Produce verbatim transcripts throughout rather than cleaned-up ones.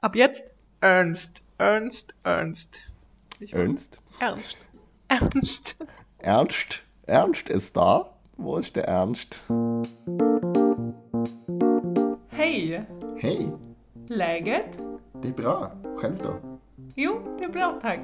Ab jetzt ernst, ernst, ernst. Ich Ernst? Ernst. Ernst. Ernst? Ernst ist da? Wo ist der Ernst? Hej! Hej! Läget? Det är bra. Själv då? Jo, det är bra, tack.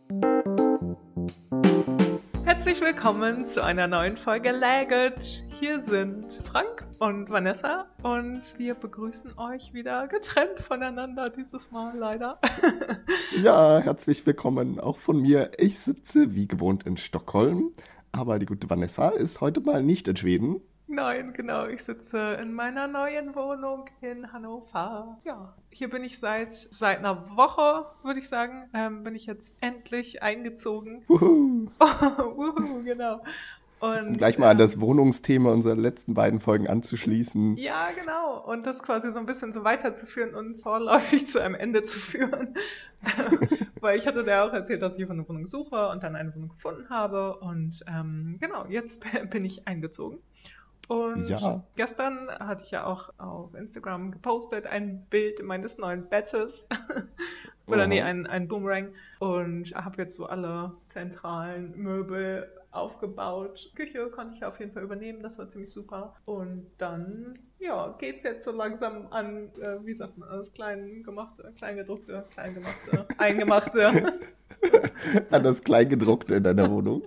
Herzlich willkommen zu einer neuen Folge Läget. Hier sind Frank und Vanessa und wir begrüßen euch wieder getrennt voneinander dieses Mal leider. Ja, herzlich willkommen auch von mir. Ich sitze wie gewohnt in Stockholm, aber die gute Vanessa ist heute mal nicht in Schweden. Nein, genau, ich sitze in meiner neuen Wohnung in Hannover. Ja, hier bin ich seit, seit einer Woche, würde ich sagen, ähm, bin ich jetzt endlich eingezogen. Wuhu. Wuhu, genau. Und, Um gleich mal ähm, an das Wohnungsthema unserer letzten beiden Folgen anzuschließen. Ja, genau. Und das quasi so ein bisschen so weiterzuführen und vorläufig zu einem Ende zu führen. Weil ich hatte dir auch erzählt, dass ich eine Wohnung suche und dann eine Wohnung gefunden habe. Und ähm, genau, jetzt bin ich eingezogen. Und Ja. gestern hatte ich ja auch auf Instagram gepostet ein Bild meines neuen Bettes. Oder Aha. nee, ein, ein Boomerang. Und habe jetzt so alle zentralen Möbel aufgebaut. Küche konnte ich auf jeden Fall übernehmen, das war ziemlich super. Und dann, ja, geht's jetzt so langsam an, äh, wie sagt man, das Kleingemachte, Kleingedruckte, Kleingemachte, Eingemachte. An das Kleingedruckte in deiner Wohnung.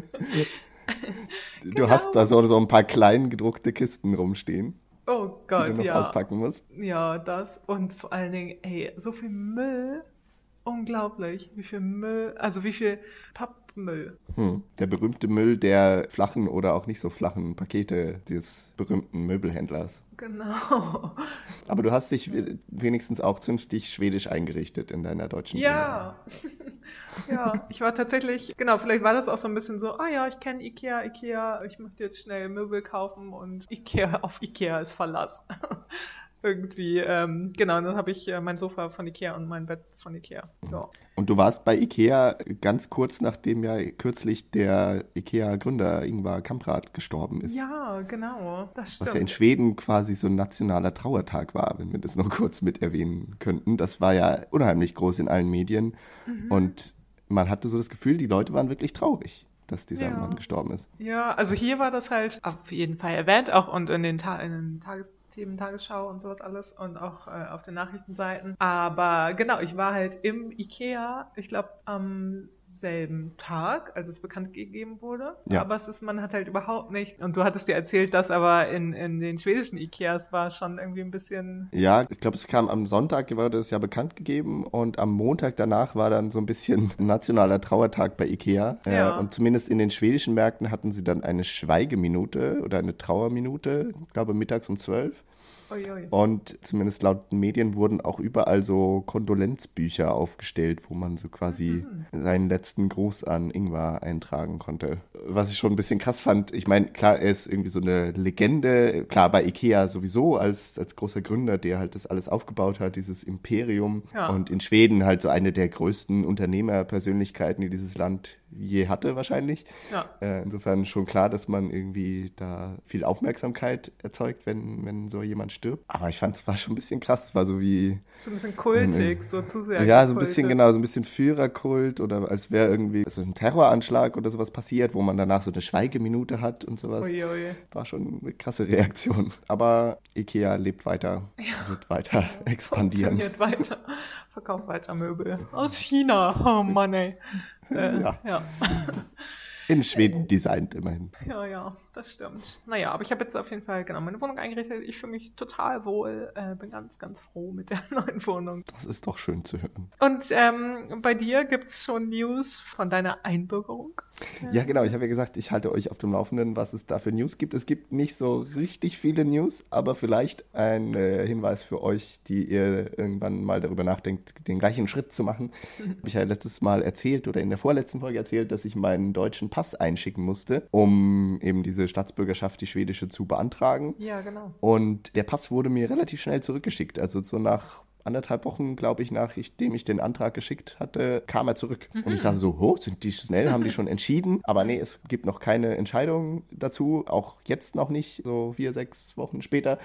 Du Genau. hast da so, so ein paar kleingedruckte Kisten rumstehen, Oh die du Gott, noch ja. auspacken musst. Ja, das und vor allen Dingen, ey, so viel Müll. Unglaublich, wie viel Müll, also wie viel Pappmüll. Hm. Der berühmte Müll der flachen oder auch nicht so flachen Pakete des berühmten Möbelhändlers. Genau. Aber du hast dich we- wenigstens auch zünftig schwedisch eingerichtet in deiner deutschen Ja. Ja, ich war tatsächlich, genau, vielleicht war das auch so ein bisschen so, ah ja, ich kenne Ikea, Ikea, ich möchte jetzt schnell Möbel kaufen und Ikea, auf Ikea ist Verlass. Irgendwie, ähm, genau, dann habe ich äh, mein Sofa von Ikea und mein Bett von Ikea. Ja. Und du warst bei Ikea ganz kurz, nachdem ja kürzlich der Ikea-Gründer Ingvar Kamprad gestorben ist. Ja, genau, das Was ja in stimmt. Schweden quasi so ein nationaler Trauertag war, wenn wir das noch kurz mit erwähnen könnten. Das war ja unheimlich groß in allen Medien. Mhm. Und man hatte so das Gefühl, die Leute waren wirklich traurig, dass dieser Ja. Mann gestorben ist. Ja, also hier war das halt auf jeden Fall erwähnt, auch und in den, Ta in den Tagesthemen, Tagesschau und sowas alles und auch äh, auf den Nachrichtenseiten. Aber genau, ich war halt im Ikea, ich glaube am selben Tag, als es bekannt gegeben wurde. Ja. Aber es ist, man hat halt überhaupt nicht, und du hattest dir erzählt, dass aber in, in den schwedischen Ikeas war schon irgendwie ein bisschen, Ja, ich glaube, es kam am Sonntag, wurde es ja bekannt gegeben und am Montag danach war dann so ein bisschen ein nationaler Trauertag bei Ikea. Ja. Äh, und zumindest in den schwedischen Märkten hatten sie dann eine Schweigeminute oder eine Trauerminute, ich glaube mittags um zwölf. uiui. Und zumindest laut den Medien wurden auch überall so Kondolenzbücher aufgestellt, wo man so quasi seinen letzten Gruß an Ingvar eintragen konnte. Was ich schon ein bisschen krass fand, ich meine, klar, er ist irgendwie so eine Legende, klar bei Ikea sowieso als, als großer Gründer, der halt das alles aufgebaut hat, dieses Imperium. Ja. Und in Schweden halt so eine der größten Unternehmerpersönlichkeiten, die dieses Land je hatte wahrscheinlich. Ja. Äh, insofern schon klar, dass man irgendwie da viel Aufmerksamkeit erzeugt, wenn, wenn so jemand stirbt. Aber ich fand es war schon ein bisschen krass. Es war so wie, So ein bisschen kultig, so zu sehr ja, so ein bisschen, gekultet. genau, so ein bisschen Führerkult oder als wäre irgendwie so ein Terroranschlag oder sowas passiert, wo man danach so eine Schweigeminute hat und sowas. Uiui. War schon eine krasse Reaktion. Aber Ikea lebt weiter, wird weiter expandieren. Funktioniert weiter. Verkauft weiter Möbel. Aus China. Oh Mann, ey. Äh, Ja. ja. In Schweden designt immerhin. Ja, ja, das stimmt. Naja, aber ich habe jetzt auf jeden Fall genau meine Wohnung eingerichtet. Ich fühle mich total wohl. Äh, bin ganz, ganz froh mit der neuen Wohnung. Das ist doch schön zu hören. Und ähm, bei dir gibt es schon News von deiner Einbürgerung? Ja, genau. Ich habe ja gesagt, ich halte euch auf dem Laufenden, was es da für News gibt. Es gibt nicht so richtig viele News, aber vielleicht ein äh, Hinweis für euch, die ihr irgendwann mal darüber nachdenkt, den gleichen Schritt zu machen. Habe ich ja letztes Mal erzählt oder in der vorletzten Folge erzählt, dass ich meinen deutschen Pass einschicken musste, um eben diese Staatsbürgerschaft, die schwedische, zu beantragen. Ja, genau. Und der Pass wurde mir relativ schnell zurückgeschickt. Also so nach anderthalb Wochen, glaube ich, nachdem ich den Antrag geschickt hatte, kam er zurück. Mhm. Und ich dachte so, oh, sind die schnell, haben die schon entschieden? Aber nee, es gibt noch keine Entscheidung dazu, auch jetzt noch nicht, so vier, sechs Wochen später.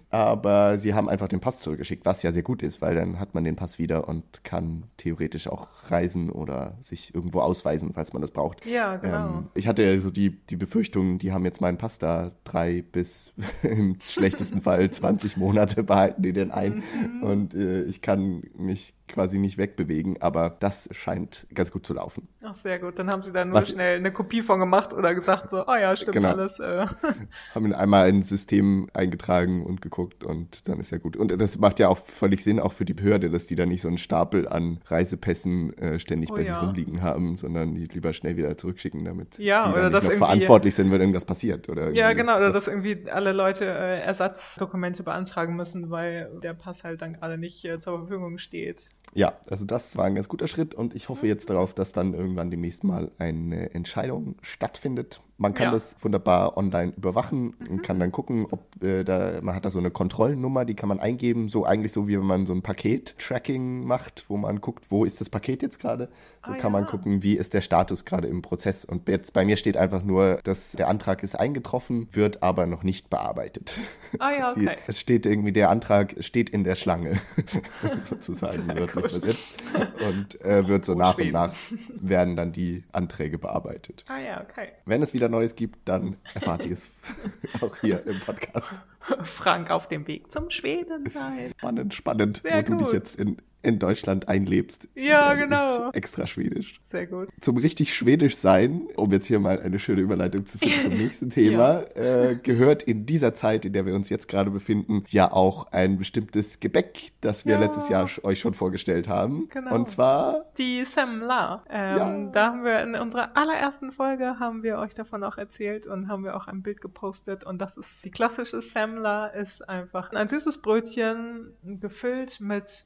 Aber sie haben einfach den Pass zurückgeschickt, was ja sehr gut ist, weil dann hat man den Pass wieder und kann theoretisch auch reisen oder sich irgendwo ausweisen, falls man das braucht. Ja, genau. Ähm, ich hatte ja so die, die Befürchtung, die haben jetzt meinen Pass da drei bis im schlechtesten Fall zwanzig Monate behalten die den ein mhm. und äh, ich kann mich quasi nicht wegbewegen, aber das scheint ganz gut zu laufen. Ach, sehr gut. Dann haben sie da nur Was, schnell eine Kopie von gemacht oder gesagt so, ah oh ja, stimmt genau. alles. Äh. Haben ihn einmal ins System eingetragen und geguckt und dann ist ja gut. Und das macht ja auch völlig Sinn, auch für die Behörde, dass die da nicht so einen Stapel an Reisepässen äh, ständig oh, bei ja. sich rumliegen haben, sondern die lieber schnell wieder zurückschicken, damit ja, die oder dann das nicht noch verantwortlich sind, wenn irgendwas passiert. Oder ja, genau, oder dass irgendwie alle Leute äh, Ersatzdokumente beantragen müssen, weil der Pass halt dann gerade nicht äh, zur Verfügung steht. Ja, also das war ein ganz guter Schritt und ich hoffe jetzt darauf, dass dann irgendwann demnächst mal eine Entscheidung stattfindet. Man kann ja. das wunderbar online überwachen und mhm. kann dann gucken, ob äh, da, man hat da so eine Kontrollnummer, die kann man eingeben, so eigentlich so wie wenn man so ein Paket-Tracking macht, wo man guckt, wo ist das Paket jetzt gerade. So ah, kann ja. man gucken, wie ist der Status gerade im Prozess. Und jetzt bei mir steht einfach nur, dass der Antrag ist eingetroffen, wird aber noch nicht bearbeitet. Ah ja, okay. Die, es steht irgendwie, der Antrag steht in der Schlange, sozusagen wörtlich übersetzt. Und äh, wird so nach und nach werden dann die Anträge bearbeitet. Ah ja, okay. Wenn es wieder Neues gibt, dann erfahrt ihr es auch hier im Podcast. Frank auf dem Weg zum Schweden sein. Spannend, spannend, Sehr wo gut. du dich jetzt in, in Deutschland einlebst. Ja, genau. Extra schwedisch. Sehr gut. Zum richtig schwedisch sein, um jetzt hier mal eine schöne Überleitung zu finden zum nächsten Thema, ja. äh, gehört in dieser Zeit, in der wir uns jetzt gerade befinden, ja auch ein bestimmtes Gebäck, das wir ja. letztes Jahr euch schon vorgestellt haben. Genau. Und zwar die Semla. Ähm, ja. Da haben wir in unserer allerersten Folge haben wir euch davon auch erzählt und haben wir auch ein Bild gepostet und das ist die klassische Semla, ist einfach ein süßes Brötchen gefüllt mit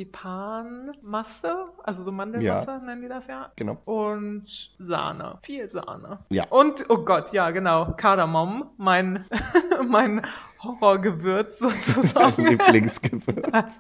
Marzipanmasse, also so Mandelmasse ja. nennen die das ja. Genau. Und Sahne, viel Sahne. Ja. Und, oh Gott, ja genau, Kardamom, mein, mein Horrorgewürz sozusagen. Mein Lieblingsgewürz.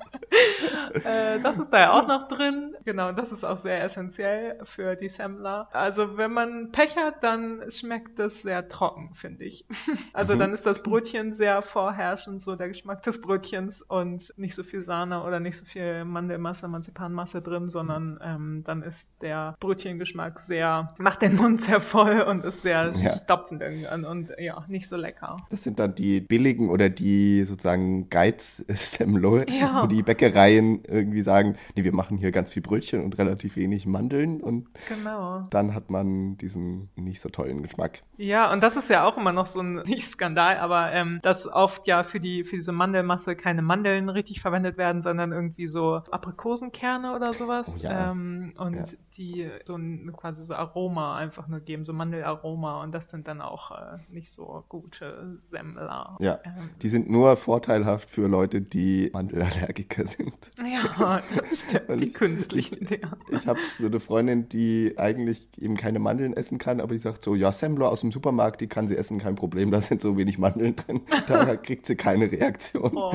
äh, das ist da ja auch noch drin. Genau, das ist auch sehr essentiell für die Semla. Also wenn man Pech hat, dann schmeckt das sehr trocken, finde ich. Also mhm. dann ist das Brötchen sehr vorherrschend, so der Geschmack des Brötchens und nicht so viel Sahne oder nicht so viel Mandelmasse, Marzipanmasse drin, sondern ähm, dann ist der Brötchengeschmack sehr, macht den Mund sehr voll und ist sehr ja. stopfend und, und ja, nicht so lecker. Das sind dann die billigen oder die sozusagen Geiz-Semlo, ja. wo die Bäckereien irgendwie sagen, nee, wir machen hier ganz viel Brötchen und relativ wenig Mandeln und genau. dann hat man diesen nicht so tollen Geschmack. Ja, und das ist ja auch immer noch so ein, nicht Skandal, aber ähm, dass oft ja für die für diese Mandelmasse keine Mandeln richtig verwendet werden, sondern irgendwie so Aprikosenkerne oder sowas. Oh, ja. ähm, und ja. die so ein quasi so Aroma einfach nur geben, so Mandelaroma und das sind dann auch äh, nicht so gute Semmler. Ja, ähm, die sind nur vorteilhaft für Leute, die Mandelallergiker sind. Ja, das stimmt, die ich, künstlichen. Ich, ja. ich habe so eine Freundin, die eigentlich eben keine Mandeln essen kann, aber die sagt so, ja, Semmler aus dem Supermarkt, die kann sie essen, kein Problem, da sind so wenig Mandeln drin, da kriegt sie keine Reaktion. Oh.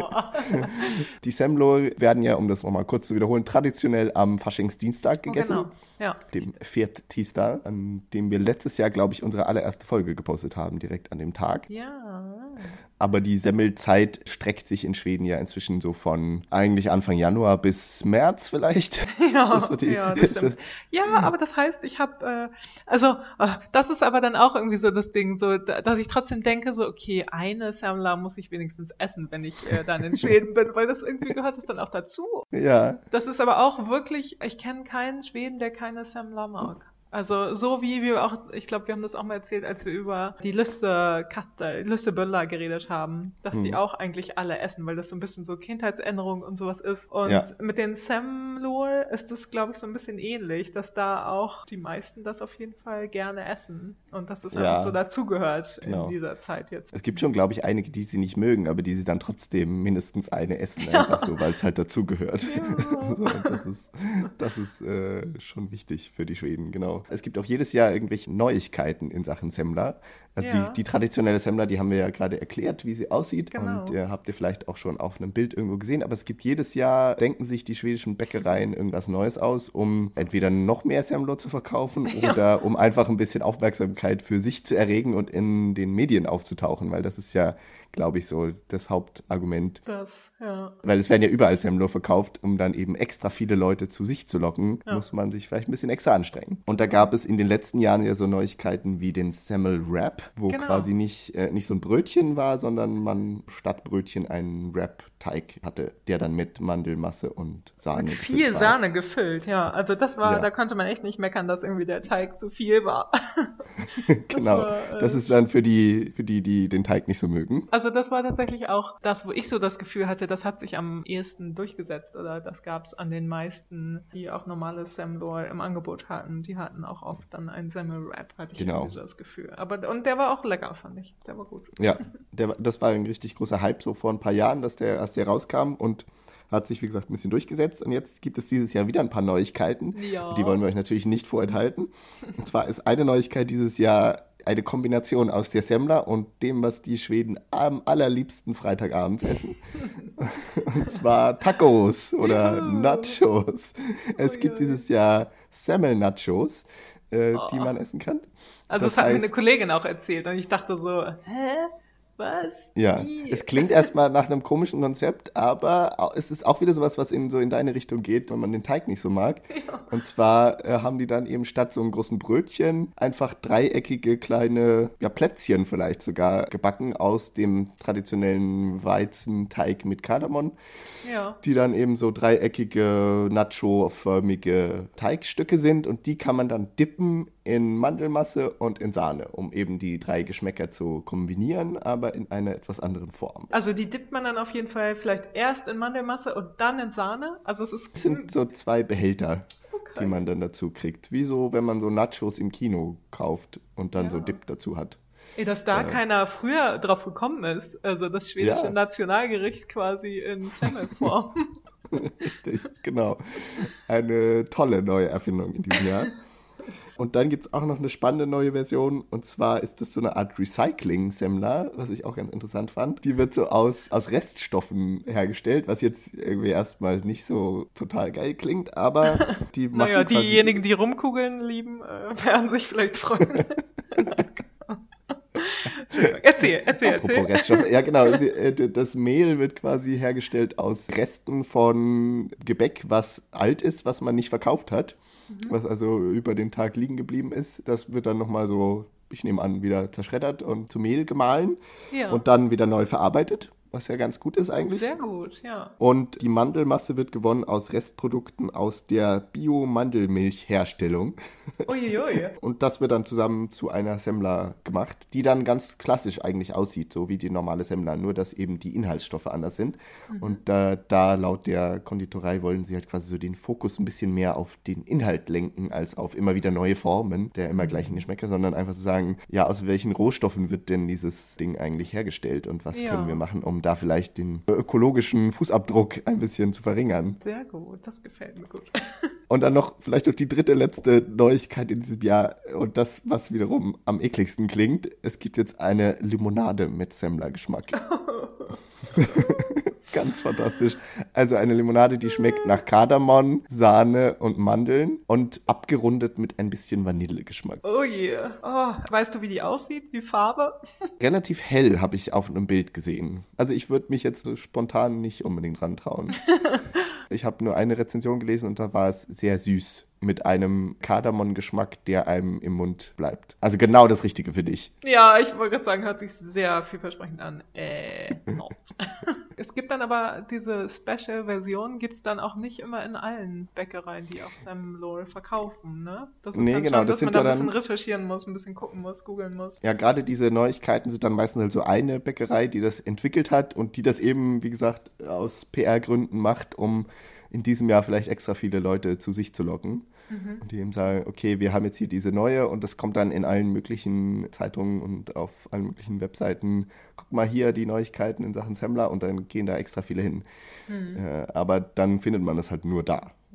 Die Semmler werden ja, um das nochmal kurz zu wiederholen, traditionell am Faschingsdienstag gegessen. Oh, genau. Ja. Dem Vierttisdag, an dem wir letztes Jahr, glaube ich, unsere allererste Folge gepostet haben, direkt an dem Tag. Ja. Aber die Semmelzeit streckt sich in Schweden ja inzwischen so von eigentlich Anfang Januar bis März vielleicht. Ja, das, die, ja, das stimmt. Das, ja, aber das heißt, ich habe, äh, also äh, das ist aber dann auch irgendwie so das Ding, so, dass ich trotzdem denke, so okay, eine Semmla muss ich wenigstens essen, wenn ich äh, dann in Schweden bin, weil das irgendwie gehört es dann auch dazu. Ja. Das ist aber auch wirklich, ich kenne keinen Schweden, der keine Semmla mag. Also so wie wir auch, ich glaube, wir haben das auch mal erzählt, als wir über die Lüssekatter, Lüsseböller geredet haben, dass hm. die auch eigentlich alle essen, weil das so ein bisschen so Kindheitserinnerung und sowas ist. Und ja. mit den Semlor ist das, glaube ich, so ein bisschen ähnlich, dass da auch die meisten das auf jeden Fall gerne essen und dass das ja. einfach so dazugehört genau. in dieser Zeit jetzt. Es gibt schon, glaube ich, einige, die sie nicht mögen, aber die sie dann trotzdem mindestens eine essen, einfach ja. so, weil es halt dazugehört. Ja. so, das ist, das ist äh, schon wichtig für die Schweden, genau. Es gibt auch jedes Jahr irgendwelche Neuigkeiten in Sachen Semmler. Also Ja. die, die traditionelle Semmler, die haben wir ja gerade erklärt, wie sie aussieht. Genau. Und äh, habt ihr vielleicht auch schon auf einem Bild irgendwo gesehen. Aber es gibt jedes Jahr, denken sich die schwedischen Bäckereien irgendwas Neues aus, um entweder noch mehr Semmler zu verkaufen Ja. oder um einfach ein bisschen Aufmerksamkeit für sich zu erregen und in den Medien aufzutauchen. Weil das ist ja, glaube ich, so das Hauptargument. Das, ja. Weil es werden ja überall Semmler verkauft, um dann eben extra viele Leute zu sich zu locken, Ja. muss man sich vielleicht ein bisschen extra anstrengen. Und da gab es in den letzten Jahren ja so Neuigkeiten wie den Semmel Wrap, wo Genau. quasi nicht, äh, nicht so ein Brötchen war, sondern man statt Brötchen einen Wrap-Teig hatte, der dann mit Mandelmasse und Sahne Mit gefüllt viel war. Sahne gefüllt, ja. Also das war, Ja. da konnte man echt nicht meckern, dass irgendwie der Teig zu viel war. Genau, war, äh, das ist dann für die, für die, die den Teig nicht so mögen. Also das war tatsächlich auch das, wo ich so das Gefühl hatte, das hat sich am ehesten durchgesetzt oder das gab es an den meisten, die auch normales Semlor im Angebot hatten. Die hatten auch oft dann einen Semmel-Wrap, hatte ich Genau. irgendwie so das Gefühl. Aber, und der war auch lecker, fand ich. Der war gut. Ja, der, das war ein richtig großer Hype so vor ein paar Jahren, dass der, als der rauskam und hat sich, wie gesagt, ein bisschen durchgesetzt. Und jetzt gibt es dieses Jahr wieder ein paar Neuigkeiten. Ja. Die wollen wir euch natürlich nicht vorenthalten. Und zwar ist eine Neuigkeit dieses Jahr eine Kombination aus der Semmler und dem, was die Schweden am allerliebsten Freitagabends essen. Und zwar Tacos oder Juhu. Nachos. Es Ui, gibt ui. dieses Jahr Semmel-Nachos, äh, Oh. die man essen kann. Also Das das, hat mir heißt- eine Kollegin auch erzählt und ich dachte so, hä? Was? Ja, Wie? es klingt erstmal nach einem komischen Konzept, aber au- es ist auch wieder sowas, was in, so in deine Richtung geht, wenn man den Teig nicht so mag. Ja. Und zwar äh, haben die dann eben statt so einem großen Brötchen einfach dreieckige kleine, ja, Plätzchen vielleicht sogar gebacken aus dem traditionellen Weizenteig mit Kardamom, Ja. die dann eben so dreieckige, nacho-förmige Teigstücke sind und die kann man dann dippen in Mandelmasse und in Sahne, um eben die drei Geschmäcker zu kombinieren, aber in einer etwas anderen Form. Also die dippt man dann auf jeden Fall vielleicht erst in Mandelmasse und dann in Sahne. Also es ist Es sind so zwei Behälter, okay. die man dann dazu kriegt. Wie so, wenn man so Nachos im Kino kauft und dann Ja. so Dip dazu hat. Ey, dass da Ja. keiner früher drauf gekommen ist. Also das schwedische Ja. Nationalgericht quasi in Semmelform. Richtig, genau. Eine tolle neue Erfindung in diesem Jahr. Und dann gibt es auch noch eine spannende neue Version. Und zwar ist das so eine Art Recycling-Semmler, was ich auch ganz interessant fand. Die wird so aus, aus Reststoffen hergestellt, was jetzt irgendwie erstmal nicht so total geil klingt. Aber die machen Naja, quasi- diejenigen, die Rumkugeln lieben, äh, werden sich vielleicht freuen. Entschuldigung, erzähl, erzähl, Apropos erzähl. Reststoffe. Ja, genau. die- äh, Das Mehl wird quasi hergestellt aus Resten von Gebäck, was alt ist, was man nicht verkauft hat. Was also über den Tag liegen geblieben ist. Das wird dann nochmal so, ich nehme an, wieder zerschreddert und zu Mehl gemahlen. Ja. Und dann wieder neu verarbeitet, was ja ganz gut ist eigentlich. Sehr gut, ja. Und die Mandelmasse wird gewonnen aus Restprodukten aus der Bio-Mandelmilchherstellung. Uiuiui. Und das wird dann zusammen zu einer Semmler gemacht, die dann ganz klassisch eigentlich aussieht, so wie die normale Semmler, nur dass eben die Inhaltsstoffe anders sind. Und äh, da laut der Konditorei wollen sie halt quasi so den Fokus ein bisschen mehr auf den Inhalt lenken, als auf immer wieder neue Formen der immer gleichen Geschmäcker, sondern einfach zu sagen, ja, aus welchen Rohstoffen wird denn dieses Ding eigentlich hergestellt und was Ja. können wir machen, um da vielleicht den ökologischen Fußabdruck ein bisschen zu verringern. Sehr gut, das gefällt mir gut. Und dann noch vielleicht noch die dritte, letzte Neuigkeit in diesem Jahr und das, was wiederum am ekligsten klingt. Es gibt jetzt eine Limonade mit Semmler-Geschmack. Ganz fantastisch. Also eine Limonade, die schmeckt nach Kardamom, Sahne und Mandeln und abgerundet mit ein bisschen Vanillegeschmack. Oh yeah. Oh, weißt du, wie die aussieht? Die Farbe? Relativ hell habe ich auf einem Bild gesehen. Also ich würde mich jetzt so spontan nicht unbedingt rantrauen. Ich habe nur eine Rezension gelesen und da war es sehr süß. Mit einem Kardamom-Geschmack, der einem im Mund bleibt. Also genau das Richtige für dich. Ja, ich wollte gerade sagen, hört sich sehr vielversprechend an. Äh, not. Es gibt dann aber diese Special-Version, gibt es dann auch nicht immer in allen Bäckereien, die auch Semlor verkaufen, ne? Das ist Nee, dann genau, schon, das dass sind man da ja ein bisschen dann- recherchieren muss, ein bisschen gucken muss, googeln muss. Ja, gerade diese Neuigkeiten sind dann meistens halt so eine Bäckerei, die das entwickelt hat und die das eben, wie gesagt, aus P R-Gründen macht, um in diesem Jahr vielleicht extra viele Leute zu sich zu locken. Mhm. Und die eben sagen, okay, wir haben jetzt hier diese neue und das kommt dann in allen möglichen Zeitungen und auf allen möglichen Webseiten. Guck mal hier die Neuigkeiten in Sachen Semmler und dann gehen da extra viele hin. Mhm. Äh, aber dann findet man das halt nur da.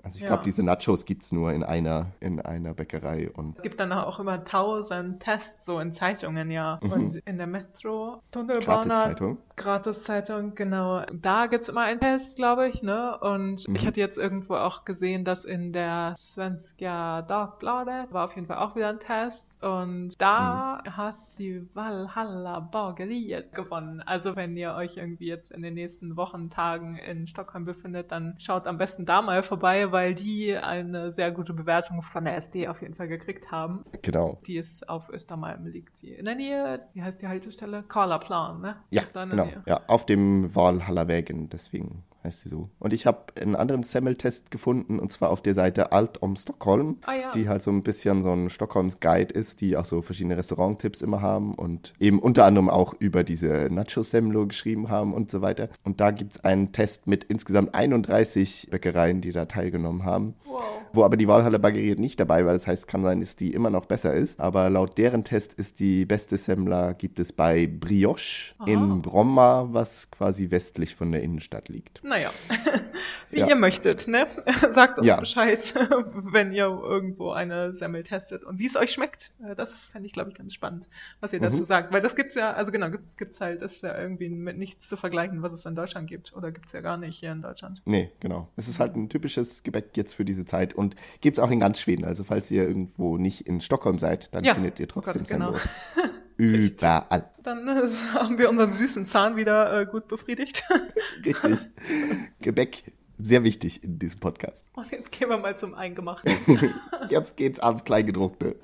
Also ich Ja. glaube, diese Nachos gibt es nur in einer, in einer Bäckerei. Und Es gibt dann auch immer tausend Tests so in Zeitungen, ja. Mhm. Und in der Metro, Tunnelbana, Gratiszeitung. Gratiszeitung, genau. Da gibt es immer einen Test, glaube ich, ne? Und Mhm. ich hatte jetzt irgendwo auch gesehen, dass in der Svenska Dagbladet war auf jeden Fall auch wieder ein Test. Und da Mhm. hat die Valhalla Bageriet gewonnen. Also wenn ihr euch irgendwie jetzt in den nächsten Wochen, Tagen in Stockholm befindet, dann schaut am besten da mal vorbei, weil die eine sehr gute Bewertung von der S D auf jeden Fall gekriegt haben. Genau. Die ist auf Östermalm, liegt sie in der Nähe, wie heißt die Haltestelle? Karlaplan, ne? Ja, Ist da in der genau. Nähe. Ja, auf dem Valhalla Vägen, deswegen heißt sie so. Und ich habe einen anderen Semmeltest gefunden, und zwar auf der Seite Alt om Stockholm, Ah ja. die halt so ein bisschen so ein Stockholms Guide ist, die auch so verschiedene Restauranttipps immer haben und eben unter anderem auch über diese Nacho-Semmel geschrieben haben und so weiter. Und da gibt es einen Test mit insgesamt einunddreißig Bäckereien, die da teilgenommen haben. Wow. Wo aber die Valhalla Bageriet nicht dabei war. Das heißt, kann sein, dass die immer noch besser ist. Aber laut deren Test ist die beste Semmler, gibt es bei Brioche Aha. in Bromma, was quasi westlich von der Innenstadt liegt. Naja, wie Ja. ihr möchtet, ne? Sagt uns Ja. Bescheid, wenn ihr irgendwo eine Semmel testet und wie es euch schmeckt. Äh, Das fände ich, glaube ich, ganz spannend, was ihr Mhm. dazu sagt. Weil das gibt's ja, also genau, gibt's, gibt's halt, das ist ja irgendwie mit nichts zu vergleichen, was es in Deutschland gibt. Oder gibt's ja gar nicht hier in Deutschland. Nee, genau. Es ist halt ein typisches Gebäck jetzt für diese Zeit und gibt es auch in ganz Schweden. Also falls ihr irgendwo nicht in Stockholm seid, dann Ja. findet ihr Oh trotzdem Gott, genau. Semmel. Überall. Dann äh, haben wir unseren süßen Zahn wieder äh, gut befriedigt. Richtig. Gebäck, sehr wichtig in diesem Podcast. Und jetzt gehen wir mal zum Eingemachten. Jetzt geht's ans Kleingedruckte.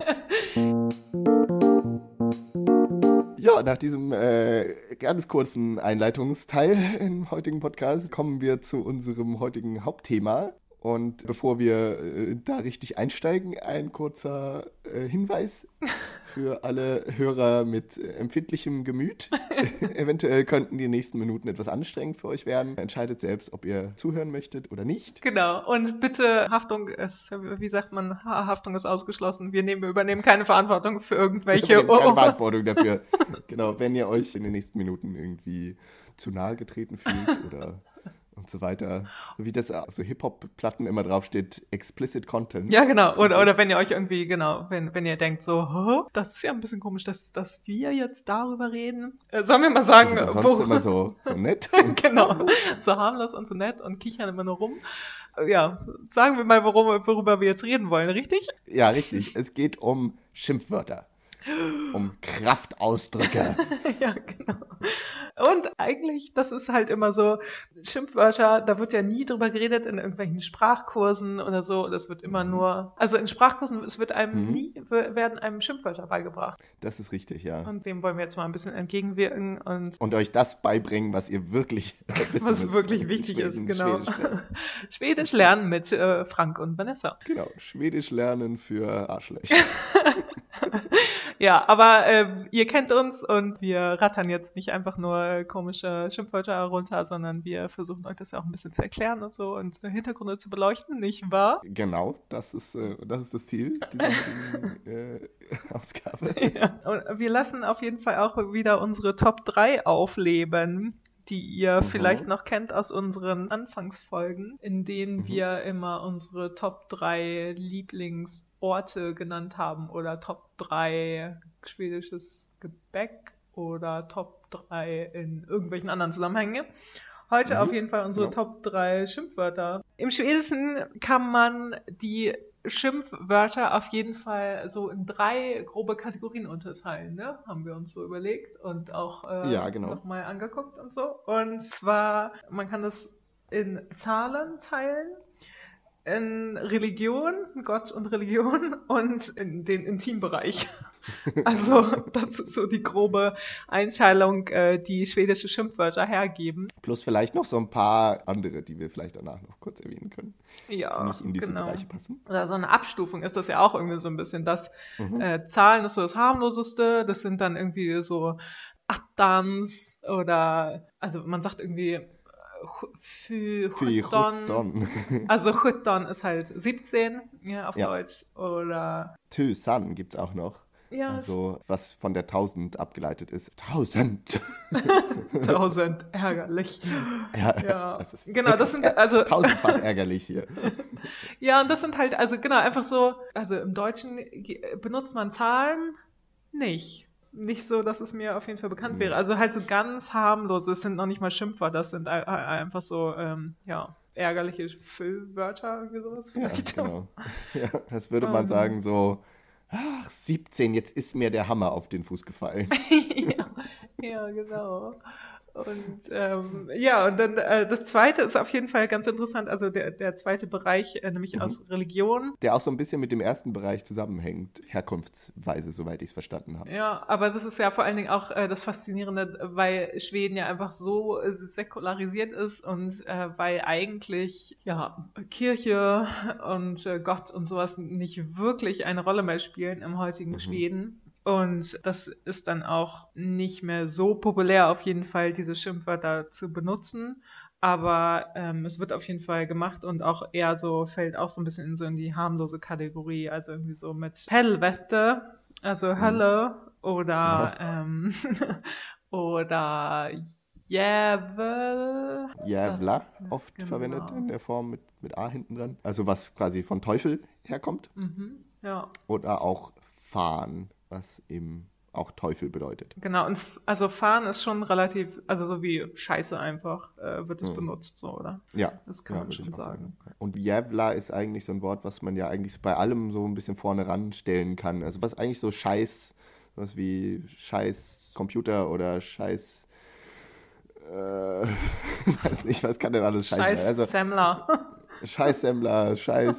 Ja, nach diesem äh, ganz kurzen Einleitungsteil im heutigen Podcast kommen wir zu unserem heutigen Hauptthema. Und bevor wir äh, da richtig einsteigen, ein kurzer äh, Hinweis für alle Hörer mit äh, empfindlichem Gemüt. Eventuell könnten die nächsten Minuten etwas anstrengend für euch werden. Entscheidet selbst, ob ihr zuhören möchtet oder nicht. Genau. Und bitte, Haftung ist, wie sagt man, Ha- Haftung ist ausgeschlossen. Wir nehmen, übernehmen keine Verantwortung für irgendwelche... Wir übernehmen keine Verantwortung dafür. Genau, wenn ihr euch in den nächsten Minuten irgendwie zu nahe getreten fühlt oder und so weiter. So wie das auf so Hip-Hop-Platten immer draufsteht, explicit Content. Ja, genau. Oder, oder wenn ihr euch irgendwie, genau, wenn, wenn ihr denkt so, "Hä, das ist ja ein bisschen komisch, dass, dass wir jetzt darüber reden. Äh, sollen wir mal sagen, Wir sind doch wo... sonst immer so, so nett. Und genau, so harmlos und so nett und kichern immer nur rum. Äh, Ja, sagen wir mal, worum, worüber wir jetzt reden wollen, richtig? Ja, richtig. Es geht um Schimpfwörter. Um Kraftausdrücke. Ja, genau. Und eigentlich, das ist halt immer so, Schimpfwörter, da wird ja nie drüber geredet in irgendwelchen Sprachkursen oder so. Das wird immer nur, also in Sprachkursen, es wird einem Mhm. nie, werden einem Schimpfwörter beigebracht. Das ist richtig, ja. Und dem wollen wir jetzt mal ein bisschen entgegenwirken und Und euch das beibringen, was ihr wirklich wissen was müsst, wirklich wenn ihr wichtig Schweden- ist, genau. Schwedisch sprecht. Schwedisch lernen mit äh, Frank und Vanessa. Genau, Schwedisch lernen für Arschlöcher. Ja, aber äh, ihr kennt uns und wir rattern jetzt nicht einfach nur komische Schimpfwörter herunter, sondern wir versuchen euch das ja auch ein bisschen zu erklären und so und äh, Hintergründe zu beleuchten, nicht wahr? Genau, das ist, äh, das ist das Ziel dieser heutigen äh, Ausgabe. Ja. Und wir lassen auf jeden Fall auch wieder unsere Top drei aufleben, die ihr Mhm. vielleicht noch kennt aus unseren Anfangsfolgen, in denen Mhm. wir immer unsere Top drei Lieblingsorte genannt haben oder Top drei schwedisches Gebäck oder Top drei in irgendwelchen anderen Zusammenhängen. Heute Mhm. auf jeden Fall unsere Genau. Top drei Schimpfwörter. Im Schwedischen kann man die Schimpfwörter auf jeden Fall so in drei grobe Kategorien unterteilen, ne? Haben wir uns so überlegt und auch äh, Ja, genau. nochmal angeguckt und so. Und zwar, man kann das in Zahlen teilen, in Religion, Gott und Religion und in den Intimbereich. Also das ist so die grobe Einteilung, äh, die schwedische Schimpfwörter hergeben. Plus vielleicht noch so ein paar andere, die wir vielleicht danach noch kurz erwähnen können, die Ja, nicht in diese genau. Bereiche passen. Oder so eine Abstufung ist das ja auch irgendwie so ein bisschen. Das Mhm. äh, Zahlen ist so das harmloseste, das sind dann irgendwie so Attans oder, also man sagt irgendwie äh, für Für sjutton. Don. Also sjutton ist halt siebzehn, ja, auf Ja. Deutsch. Oder Tusan gibt es auch noch. Ja, Also was von der tausend abgeleitet ist. Tausend. tausend, ärgerlich. Ja, Ja, das ist genau, das sind äh, also, tausendfach ärgerlich hier. ja, und das sind halt, also genau, einfach so, also im Deutschen ge- benutzt man Zahlen nicht. Nicht so, dass es mir auf jeden Fall bekannt wäre. Nee. Also halt so ganz harmlos, es sind noch nicht mal Schimpfwörter, das sind ein- ein- einfach so, ähm, ja, ärgerliche Füllwörter, irgendwie sowas Ja, vielleicht. genau. Ja, das würde man Ähm, sagen so, ach, siebzehn, jetzt ist mir der Hammer auf den Fuß gefallen. ja, ja, genau. Und ähm, ja, und dann äh, das zweite ist auf jeden Fall ganz interessant, also der, der zweite Bereich, äh, nämlich Mhm. aus Religion. Der auch so ein bisschen mit dem ersten Bereich zusammenhängt, herkunftsweise, soweit ich es verstanden habe. Ja, aber das ist ja vor allen Dingen auch äh, das Faszinierende, weil Schweden ja einfach so äh, säkularisiert ist und äh, weil eigentlich ja Kirche und äh, Gott und sowas nicht wirklich eine Rolle mehr spielen im heutigen Mhm. Schweden. Und das ist dann auch nicht mehr so populär, auf jeden Fall diese Schimpfwörter zu benutzen. Aber ähm, es wird auf jeden Fall gemacht und auch eher so, fällt auch so ein bisschen in so in die harmlose Kategorie. Also irgendwie so mit Helvete, also Mhm. Hölle Genau. oder ähm, oder Jävel. Das Jävla, ist oft verwendet genau. in der Form mit, mit A hinten dran. Also was quasi von Teufel herkommt. Mhm, ja. Oder auch Fan, was eben auch Teufel bedeutet. Genau, und f- also fahren ist schon relativ, also so wie Scheiße einfach äh, wird es Mhm. benutzt, so, oder? Ja, Das kann ja, man würde schon ich auch sagen. sagen. Und Jävla ist eigentlich so ein Wort, was man ja eigentlich so bei allem so ein bisschen vorne ranstellen kann. Also was eigentlich so Scheiß, sowas wie Scheiß Computer oder Scheiß, äh, weiß nicht, was kann denn alles Scheiß sein? Scheiß Also Semmler, Scheißsemmler, Scheiß,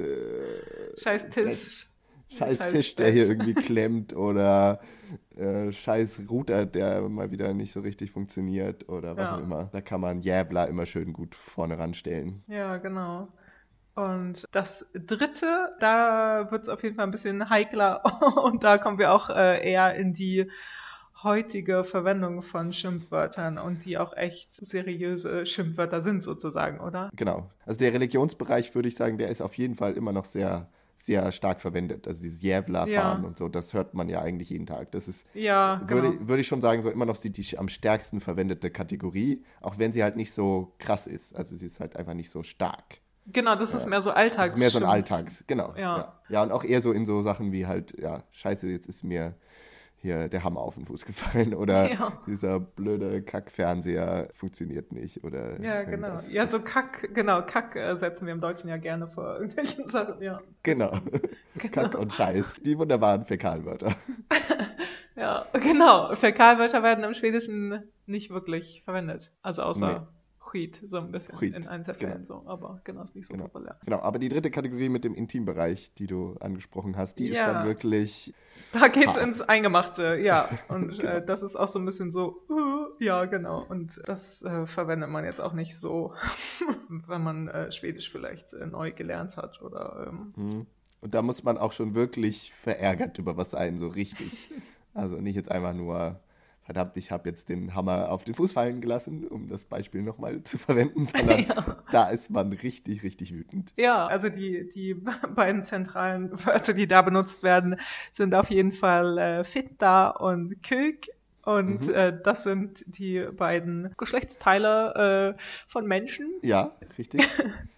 äh, Scheiß Tisch, Scheiß Scheiß Tisch, der hier Bett. irgendwie klemmt oder äh, Scheiß Router, der mal wieder nicht so richtig funktioniert oder was auch Ja, immer. Da kann man Jävla immer schön gut vorne ranstellen. ja, genau. Und das dritte, da wird es auf jeden Fall ein bisschen heikler und da kommen wir auch äh, eher in die heutige Verwendung von Schimpfwörtern und die auch echt seriöse Schimpfwörter sind sozusagen, oder? Genau. Also der Religionsbereich, würde ich sagen, der ist auf jeden Fall immer noch sehr, sehr stark verwendet. Also dieses Jävla-Fahren Ja, und so, das hört man ja eigentlich jeden Tag. Das ist, ja, genau. würde, würde ich schon sagen, so immer noch die, die am stärksten verwendete Kategorie, auch wenn sie halt nicht so krass ist. Also sie ist halt einfach nicht so stark. Genau, das ist mehr so Das ist mehr so ein Alltagsschimpf. Alltags, genau, ja. Ja, Ja, und auch eher so in so Sachen wie halt, ja, scheiße, jetzt ist mir hier der Hammer auf den Fuß gefallen oder ja, dieser blöde Kackfernseher funktioniert nicht oder ja, genau. irgendwas Ja, so ist, Kack, genau, Kack äh, setzen wir im Deutschen ja gerne vor irgendwelchen Sachen. Ja, das genau, stimmt. Kack Genau. und Scheiß, die wunderbaren Fäkalwörter. Ja, genau. Fäkalwörter werden im Schwedischen nicht wirklich verwendet. Also Nee, außer Skit, so ein bisschen in Skit, genau, Einzelfällen so, aber genau, ist nicht so genau. populär. Genau, aber die dritte Kategorie mit dem Intimbereich, die du angesprochen hast, die ist dann Ja, wirklich da geht's hart. ins Eingemachte, ja. Und Genau. äh, das ist auch so ein bisschen so, uh, ja, genau. Und das äh, verwendet man jetzt auch nicht so, wenn man äh, Schwedisch vielleicht äh, neu gelernt hat oder ähm, Mhm. Und da muss man auch schon wirklich verärgert über was sein, so richtig. Also nicht jetzt einfach nur, verdammt, ich habe jetzt den Hammer auf den Fuß fallen gelassen, um das Beispiel nochmal zu verwenden, sondern ja. da ist man richtig, richtig wütend. Ja, also die, die beiden zentralen Wörter, die da benutzt werden, sind auf jeden Fall äh, Fitta und Kök. Und Mhm. äh, das sind die beiden Geschlechtsteile äh, von Menschen. Ja, richtig.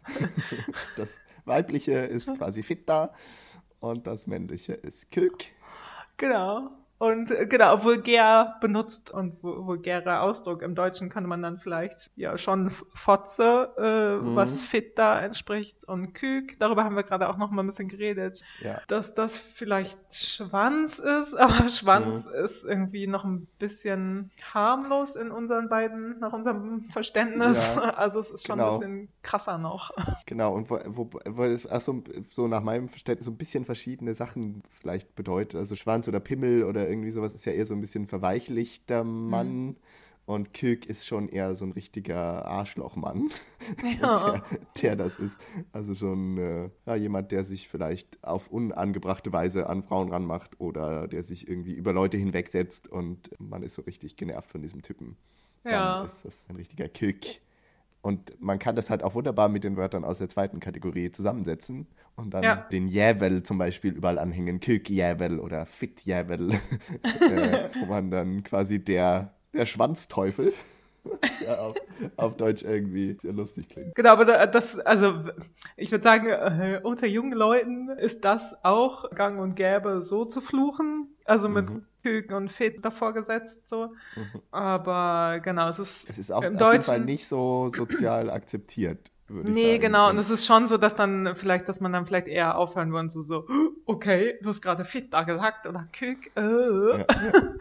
Das weibliche ist quasi Fitta und das männliche ist Kök. Genau. Und äh, genau, vulgär benutzt und vu- vulgärer Ausdruck. Im Deutschen kann man dann vielleicht ja schon F- Fotze, äh, was Mhm. fit da entspricht, und Küken. Darüber haben wir gerade auch noch mal ein bisschen geredet, Ja. dass das vielleicht Schwanz ist, aber Schwanz Mhm. ist irgendwie noch ein bisschen harmlos in unseren beiden, nach unserem Verständnis. Ja, Also es ist schon ein genau. bisschen krasser noch. Genau, und wo, wo, wo es ach so, so nach meinem Verständnis so ein bisschen verschiedene Sachen vielleicht bedeutet. Also Schwanz oder Pimmel oder irgendwie sowas ist ja eher so ein bisschen verweichlichter Hm. Mann und Kök ist schon eher so ein richtiger Arschlochmann, der, Ja, der das ist. Also schon äh, ja, jemand, der sich vielleicht auf unangebrachte Weise an Frauen ranmacht oder der sich irgendwie über Leute hinwegsetzt und man ist so richtig genervt von diesem Typen. Dann ja. ist das ein richtiger Kök. Und man kann das halt auch wunderbar mit den Wörtern aus der zweiten Kategorie zusammensetzen und dann Ja. den Jävel zum Beispiel überall anhängen, Kök-Jävel oder Fit-Jävel, äh, wo man dann quasi der, der Schwanzteufel, ja, auf, auf Deutsch irgendwie sehr lustig klingt. Genau, aber da- das, also ich würde sagen, äh, unter jungen Leuten ist das auch gang und gäbe, so zu fluchen. Also mit Mhm. Küken und Fet davor gesetzt so. Mhm. Aber genau, es ist Es ist auch im auf jeden Fall Deutschen. nicht so sozial akzeptiert, würde ich Nee, sagen. genau. Und Und es ist schon so, dass dann vielleicht, dass man dann vielleicht eher aufhören würde und so, so, okay, du hast gerade Fit da gesagt oder Kük. Äh. ja.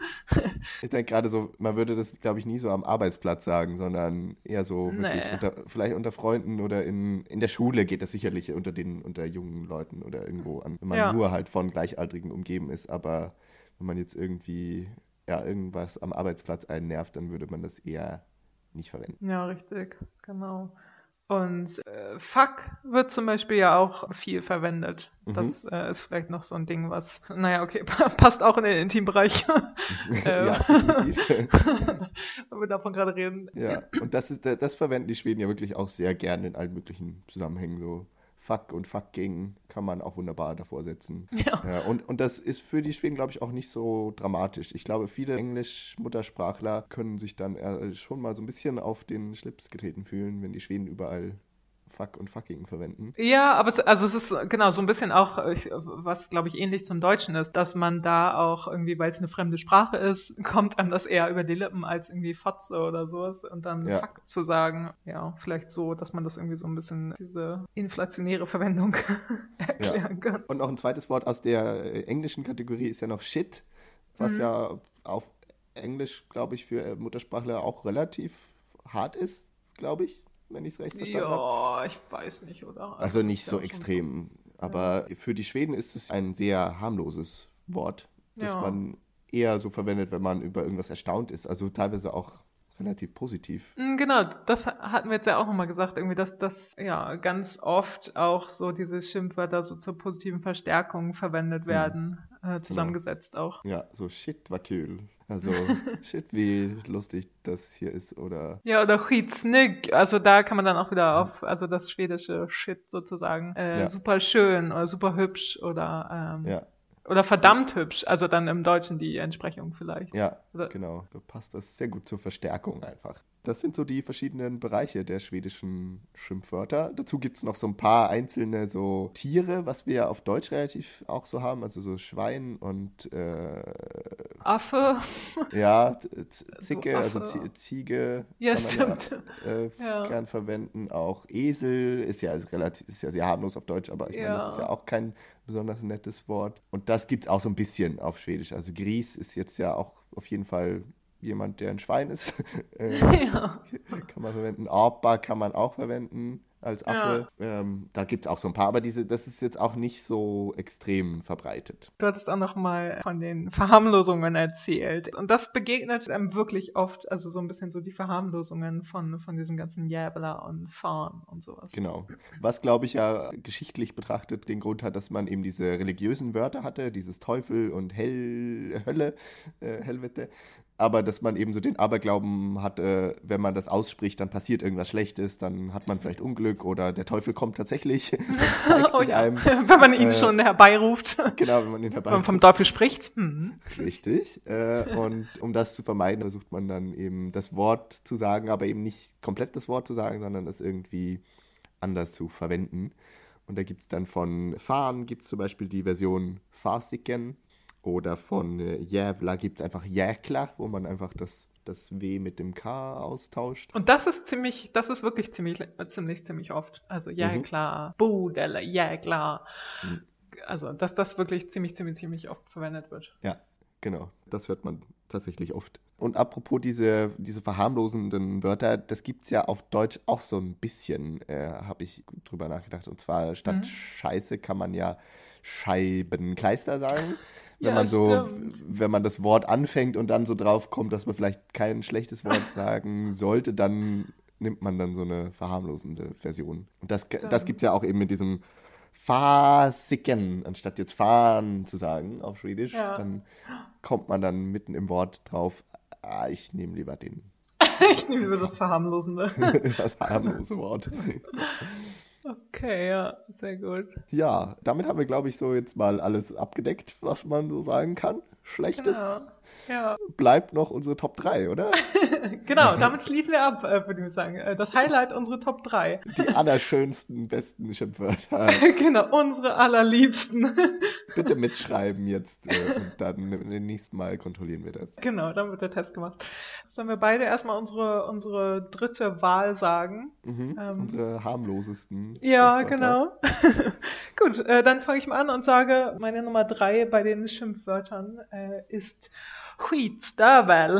Ich denke gerade so, man würde das, glaube ich, nie so am Arbeitsplatz sagen, sondern eher so wirklich Nee. unter, vielleicht unter Freunden oder in, in der Schule geht das sicherlich unter den, unter jungen Leuten oder irgendwo an, wenn man Ja. nur halt von Gleichaltrigen umgeben ist. Aber wenn man jetzt irgendwie, ja, irgendwas am Arbeitsplatz einen nervt, dann würde man das eher nicht verwenden. Ja, richtig, genau. Und äh, Fuck wird zum Beispiel ja auch viel verwendet. Mhm. Das äh, ist vielleicht noch so ein Ding, was, naja, okay, passt auch in den Intimbereich. äh, Ja, definitiv. wenn wir davon gerade reden. Ja, und das ist, das verwenden die Schweden ja wirklich auch sehr gerne in allen möglichen Zusammenhängen. So Fuck und Fucking kann man auch wunderbar davor setzen. Ja. Ja, und, und das ist für die Schweden, glaube ich, auch nicht so dramatisch. Ich glaube, viele Englisch-Muttersprachler können sich dann äh, schon mal so ein bisschen auf den Schlips getreten fühlen, wenn die Schweden überall Fuck und Fucking verwenden. Ja, aber es, also es ist genau so ein bisschen auch, äh, ich- was glaube ich ähnlich zum Deutschen ist, dass man da auch irgendwie, weil es eine fremde Sprache ist, kommt einem das eher über die Lippen als irgendwie Fotze oder sowas und dann Ja. Fuck zu sagen. Ja, vielleicht so, dass man das irgendwie so ein bisschen diese inflationäre Verwendung erklären kann. Und noch ein zweites Wort aus der äh, englischen Kategorie ist ja noch Shit, was Mhm. ja auf Englisch, glaube ich, für äh, Muttersprachler auch relativ hart ist, glaube ich, wenn ich es recht verstanden habe. Ja, ich weiß nicht, oder? Also nicht ist so ja schon extrem, aber für die Schweden ist es ein sehr harmloses Wort, das Ja. man eher so verwendet, wenn man über irgendwas erstaunt ist. Also teilweise auch relativ positiv. Mm, Genau, das ha- hatten wir jetzt ja auch nochmal gesagt, irgendwie, dass das ja ganz oft auch so diese Schimpfwörter so zur positiven Verstärkung verwendet werden, äh, zusammengesetzt auch. Ja, so shit war cool. Also shit, wie lustig das hier ist oder Ja, oder skitsnygg, also da kann man dann auch wieder auf, also das schwedische Shit sozusagen, äh, Ja. super schön oder super hübsch oder, ähm, ja, oder verdammt hübsch, also dann im Deutschen die Entsprechung vielleicht. ja, Oder- genau. Da passt das sehr gut zur Verstärkung einfach. Das sind so die verschiedenen Bereiche der schwedischen Schimpfwörter. Dazu gibt es noch so ein paar einzelne so Tiere, was wir ja auf Deutsch relativ auch so haben, also so Schwein und äh, Affe. ja, Z- Z- Zicke, also Affe. Z- Ziege Ja, kann man stimmt. ja, äh, Ja. gern verwenden. Auch Esel ist ja relativ, ist ja sehr harmlos auf Deutsch, aber ich meine, das Ja. ist ja auch kein besonders nettes Wort. Und das gibt es auch so ein bisschen auf Schwedisch. Also Gries ist jetzt ja auch auf jeden Fall jemand, der ein Schwein ist. äh, Ja. kann man verwenden. Apa kann man auch verwenden als Affe. Ähm, da gibt es auch so ein paar, aber diese, das ist jetzt auch nicht so extrem verbreitet. Du hattest auch noch mal von den Verharmlosungen erzählt. Und das begegnet einem wirklich oft, also so ein bisschen so die Verharmlosungen von, von diesem ganzen Jävla und Fahren und sowas. Genau. Was, glaube ich, ja geschichtlich betrachtet den Grund hat, dass man eben diese religiösen Wörter hatte, dieses Teufel und Hell, Hölle, äh, Helvete, aber dass man eben so den Aberglauben hatte, wenn man das ausspricht, dann passiert irgendwas Schlechtes, dann hat man vielleicht Unglück oder der Teufel kommt tatsächlich und zeigt Oh sich ja, einem. wenn man ihn äh, schon herbeiruft, Genau, wenn man ihn wenn herbei man vom Teufel spricht. Hm. Richtig. Äh, und um das zu vermeiden, versucht man dann eben das Wort zu sagen, aber eben nicht komplett das Wort zu sagen, sondern es irgendwie anders zu verwenden. Und da gibt es dann von fahren, gibt es zum Beispiel die Version Fasiken oder von äh, Jävla gibt es einfach Jäkla, wo man einfach das, das W mit dem K austauscht. Und das ist ziemlich, das ist wirklich ziemlich, ziemlich, ziemlich oft. Also, ja, Mhm. klar, Budele, ja, klar. Mhm. Also, dass das wirklich ziemlich, ziemlich, ziemlich oft verwendet wird. Ja, genau. Das hört man tatsächlich oft. Und apropos diese, diese verharmlosenden Wörter, das gibt es ja auf Deutsch auch so ein bisschen, äh, habe ich drüber nachgedacht. Und zwar statt Mhm. Scheiße kann man ja Scheibenkleister sagen. Wenn Ja, man so, stimmt. wenn man das Wort anfängt und dann so drauf kommt, dass man vielleicht kein schlechtes Wort sagen sollte, dann nimmt man dann so eine verharmlosende Version. Und das, das Stimmt. gibt es ja auch eben mit diesem Fasiken, anstatt jetzt fahren zu sagen auf Schwedisch, Ja. dann kommt man dann mitten im Wort drauf, ah, ich nehme lieber den Ich nehme lieber das Verharmlosende. Das harmlose Wort. Okay, ja, sehr gut. Ja, damit haben wir, glaube ich, so jetzt mal alles abgedeckt, was man so sagen kann. Schlechtes. Genau. Ja, Bleibt noch unsere Top drei, oder? genau, damit schließen wir ab, äh, würde ich sagen. Äh, Das Highlight, unsere Top drei. Die allerschönsten, besten Schimpfwörter. Genau, unsere allerliebsten. Bitte mitschreiben jetzt äh, und dann im nächsten Mal kontrollieren wir das. Genau, dann wird der Test gemacht. Sollen wir beide erstmal unsere, unsere dritte Wahl sagen? Mhm. Ähm, Unsere harmlosesten Ja, Schimpfwörter. genau. Gut, äh, dann fange ich mal an und sage, meine Nummer drei bei den Schimpfwörtern äh, ist Skitstövvel.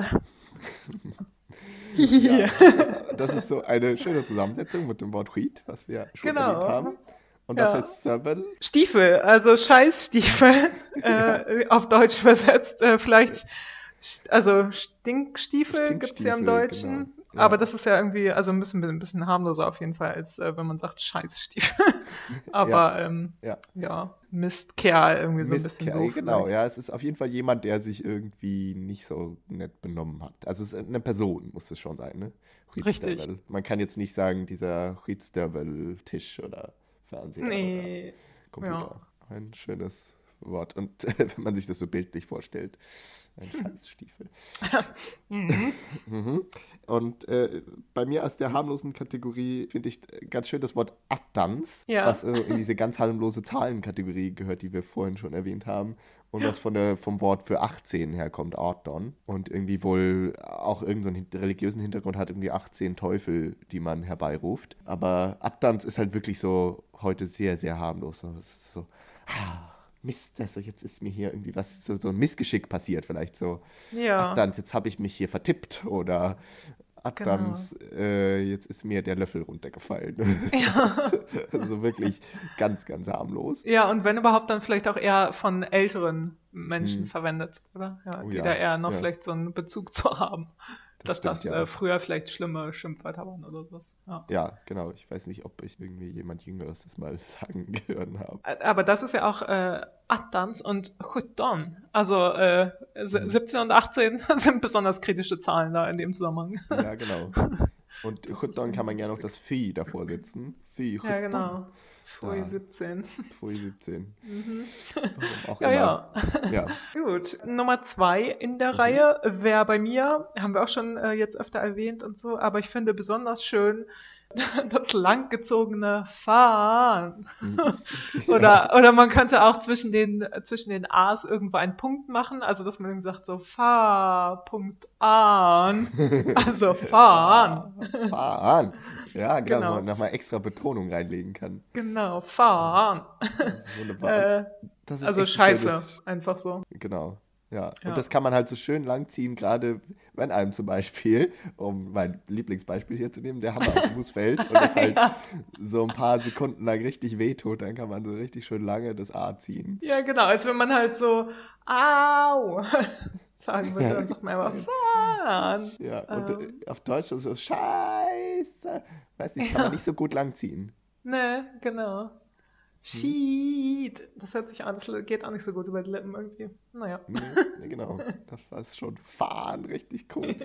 Ja, das, das ist so eine schöne Zusammensetzung mit dem Wort Huit, was wir schon Genau. erwähnt haben. Und das Ja. heißt Stövel. Stiefel, also Scheißstiefel, äh, auf Deutsch übersetzt. Äh, vielleicht, st- also Stinkstiefel gibt es ja im Stinkstiefel, Deutschen. genau. Ja. Aber das ist ja irgendwie, also ein bisschen, ein bisschen harmloser auf jeden Fall, als äh, wenn man sagt Scheißstiefel. Aber Ja. ähm, Ja. ja, Mistkerl irgendwie so ein bisschen Mistkerl, so. genau, vielleicht. ja, es ist auf jeden Fall jemand, der sich irgendwie nicht so nett benommen hat. Also es ist eine Person, muss es schon sein, ne? Richtig. Huitstörvel. Man kann jetzt nicht sagen, dieser Huitstörvel-Tisch oder Fernseher Nee, oder Computer. Ein schönes Wort. Und wenn man sich das so bildlich vorstellt, ein Scheißstiefel. mhm. Mhm. Und äh, bei mir aus der harmlosen Kategorie finde ich ganz schön das Wort Attans, Ja. was äh, in diese ganz harmlose Zahlenkategorie gehört, die wir vorhin schon erwähnt haben. Und was von der, vom Wort für achtzehn herkommt, Arton. Und irgendwie wohl auch irgendeinen so religiösen Hintergrund hat, irgendwie achtzehn Teufel, die man herbeiruft. Aber Attans ist halt wirklich so heute sehr, sehr harmlos. So, es ist so ah, Mist, also jetzt ist mir hier irgendwie was, so, so ein Missgeschick passiert vielleicht so. Ja, Attans, jetzt habe ich mich hier vertippt oder Attans, äh, jetzt ist mir der Löffel runtergefallen. ja. Also wirklich ganz, ganz harmlos. Ja, und wenn überhaupt, dann vielleicht auch eher von älteren Menschen Hm. verwendet, oder? Ja, Oh die ja, da eher noch ja. vielleicht so einen Bezug zu haben. Das dass stimmt, das ja. äh, früher vielleicht schlimme Schimpfwörter waren oder was. Ja. Ja, genau. Ich weiß nicht, ob ich irgendwie jemand Jüngeres das mal sagen gehört habe. Aber das ist ja auch äh, Attans und sjutton. Also äh, se- Mhm. siebzehn und achtzehn sind besonders kritische Zahlen da in dem Zusammenhang. Ja, genau. Und Chutton kann man ja noch das Phi davor setzen. Phi, Ja, Chutton. genau. Pfui Ja. siebzehn. Pfui siebzehn. Mhm. Warum auch Ja, immer. ja. Ja. Gut, Nummer zwei in der Mhm. Reihe wäre bei mir, haben wir auch schon äh, jetzt öfter erwähnt und so, aber ich finde besonders schön das langgezogene Fahren. Mhm. Oder, oder man könnte auch zwischen den, zwischen den A's irgendwo einen Punkt machen, also dass man irgendwie sagt so Fahr, Punkt an, also fahren. Fahren. Fahren. Ja, genau, Genau. wo man nochmal extra Betonung reinlegen kann. Genau, fahren. Das ist wunderbar. Äh, Das ist also echt ein scheiße, schönes- einfach so. Genau. Ja. Ja. Und das kann man halt so schön langziehen, gerade wenn einem zum Beispiel, um mein Lieblingsbeispiel hier zu nehmen, der Hammer auf den Fuß fällt und das halt Ja. so ein paar Sekunden lang richtig wehtut, dann kann man so richtig schön lange das A ziehen. Ja, genau, als wenn man halt so au sagen würde, dann sagt man einfach fahren. Ja, und Ähm. äh, auf Deutsch ist es so Scheiße. Weiß nicht, kann Ja. man nicht so gut langziehen. Ne, genau. Sheet. Das hört sich an, das geht auch nicht so gut über die Lippen irgendwie. Naja. Nee, nee, genau. Das war schon fahren, richtig cool.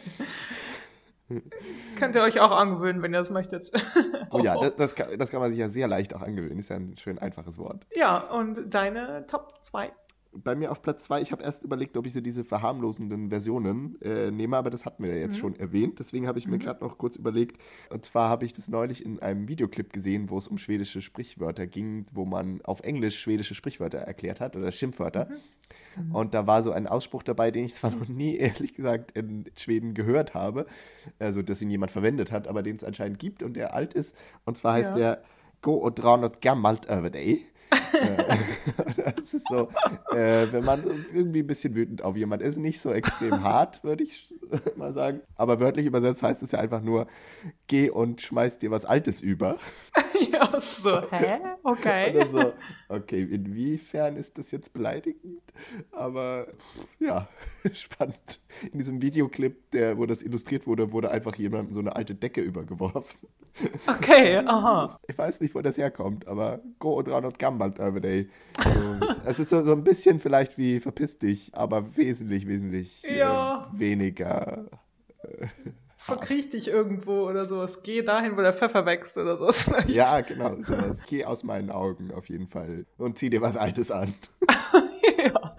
Könnt ihr euch auch angewöhnen, wenn ihr das möchtet. Oh ja, das, das, kann, das kann man sich ja sehr leicht auch angewöhnen. Ist ja ein schön einfaches Wort. Ja, und deine Top zwei? Bei mir auf Platz zwei, ich habe erst überlegt, ob ich so diese verharmlosenden Versionen äh, nehme, aber das hatten wir ja jetzt Mhm. schon erwähnt. Deswegen habe ich mir Mhm. gerade noch kurz überlegt. Und zwar habe ich das neulich in einem Videoclip gesehen, wo es um schwedische Sprichwörter ging, wo man auf Englisch schwedische Sprichwörter erklärt hat oder Schimpfwörter. Mhm. Und da war so ein Ausspruch dabei, den ich zwar noch nie, ehrlich gesagt, in Schweden gehört habe, also dass ihn jemand verwendet hat, aber den es anscheinend gibt und der alt ist. Und zwar heißt Ja. der Gå och dra något gammalt över dig. Äh, das ist so, äh, wenn man irgendwie ein bisschen wütend auf jemand ist, nicht so extrem hart, würde ich mal sagen. Aber wörtlich übersetzt heißt es ja einfach nur, geh und schmeiß dir was Altes über. Ja, so, hä? Okay. Oder so, okay, inwiefern ist das jetzt beleidigend? Aber ja, spannend. In diesem Videoclip, der, wo das illustriert wurde, wurde einfach jemandem so eine alte Decke übergeworfen. Okay, aha. Ich weiß nicht, wo das herkommt, aber Go und dreihundert Gammalt over day. So, es ist so, so ein bisschen vielleicht wie verpiss dich, aber wesentlich, wesentlich äh, Ja. weniger. verkriech dich irgendwo oder sowas. Geh dahin, wo der Pfeffer wächst oder sowas vielleicht. Ja, genau, sowas. Geh aus meinen Augen auf jeden Fall und zieh dir was Altes an. Ja.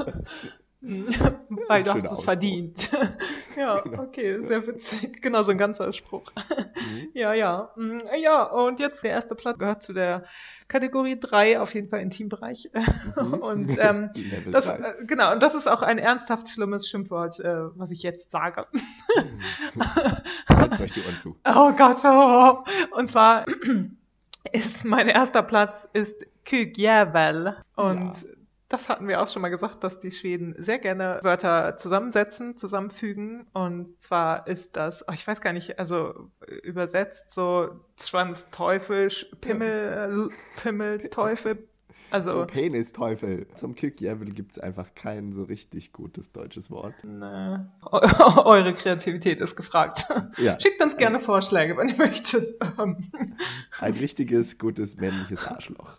Weil du hast es Ausspruch. verdient. Ja, genau. Okay, sehr witzig. Genau, so ein ganzer Spruch. Mhm. Ja, ja. Ja, und jetzt der erste Platz gehört zu der Kategorie drei, auf jeden Fall Intimbereich. Mhm. Und ähm, das, äh, genau, und das ist auch ein ernsthaft schlimmes Schimpfwort, äh, was ich jetzt sage. Halt euch die Ohren zu. Oh Gott. Oh. Und zwar ist mein erster Platz ist Kukjävel. Und ja. Das hatten wir auch schon mal gesagt, dass die Schweden sehr gerne Wörter zusammensetzen, zusammenfügen. Und zwar ist das, oh, ich weiß gar nicht, also übersetzt so Schwanzteufel, Pimmel, Pimmelteufel. Also Penisteufel. Zum Kukjävel gibt es einfach kein so richtig gutes deutsches Wort. Nee. Eure Kreativität ist gefragt. Ja. Schickt uns gerne Vorschläge, wenn ihr möchtet. Ein richtiges, gutes, männliches Arschloch.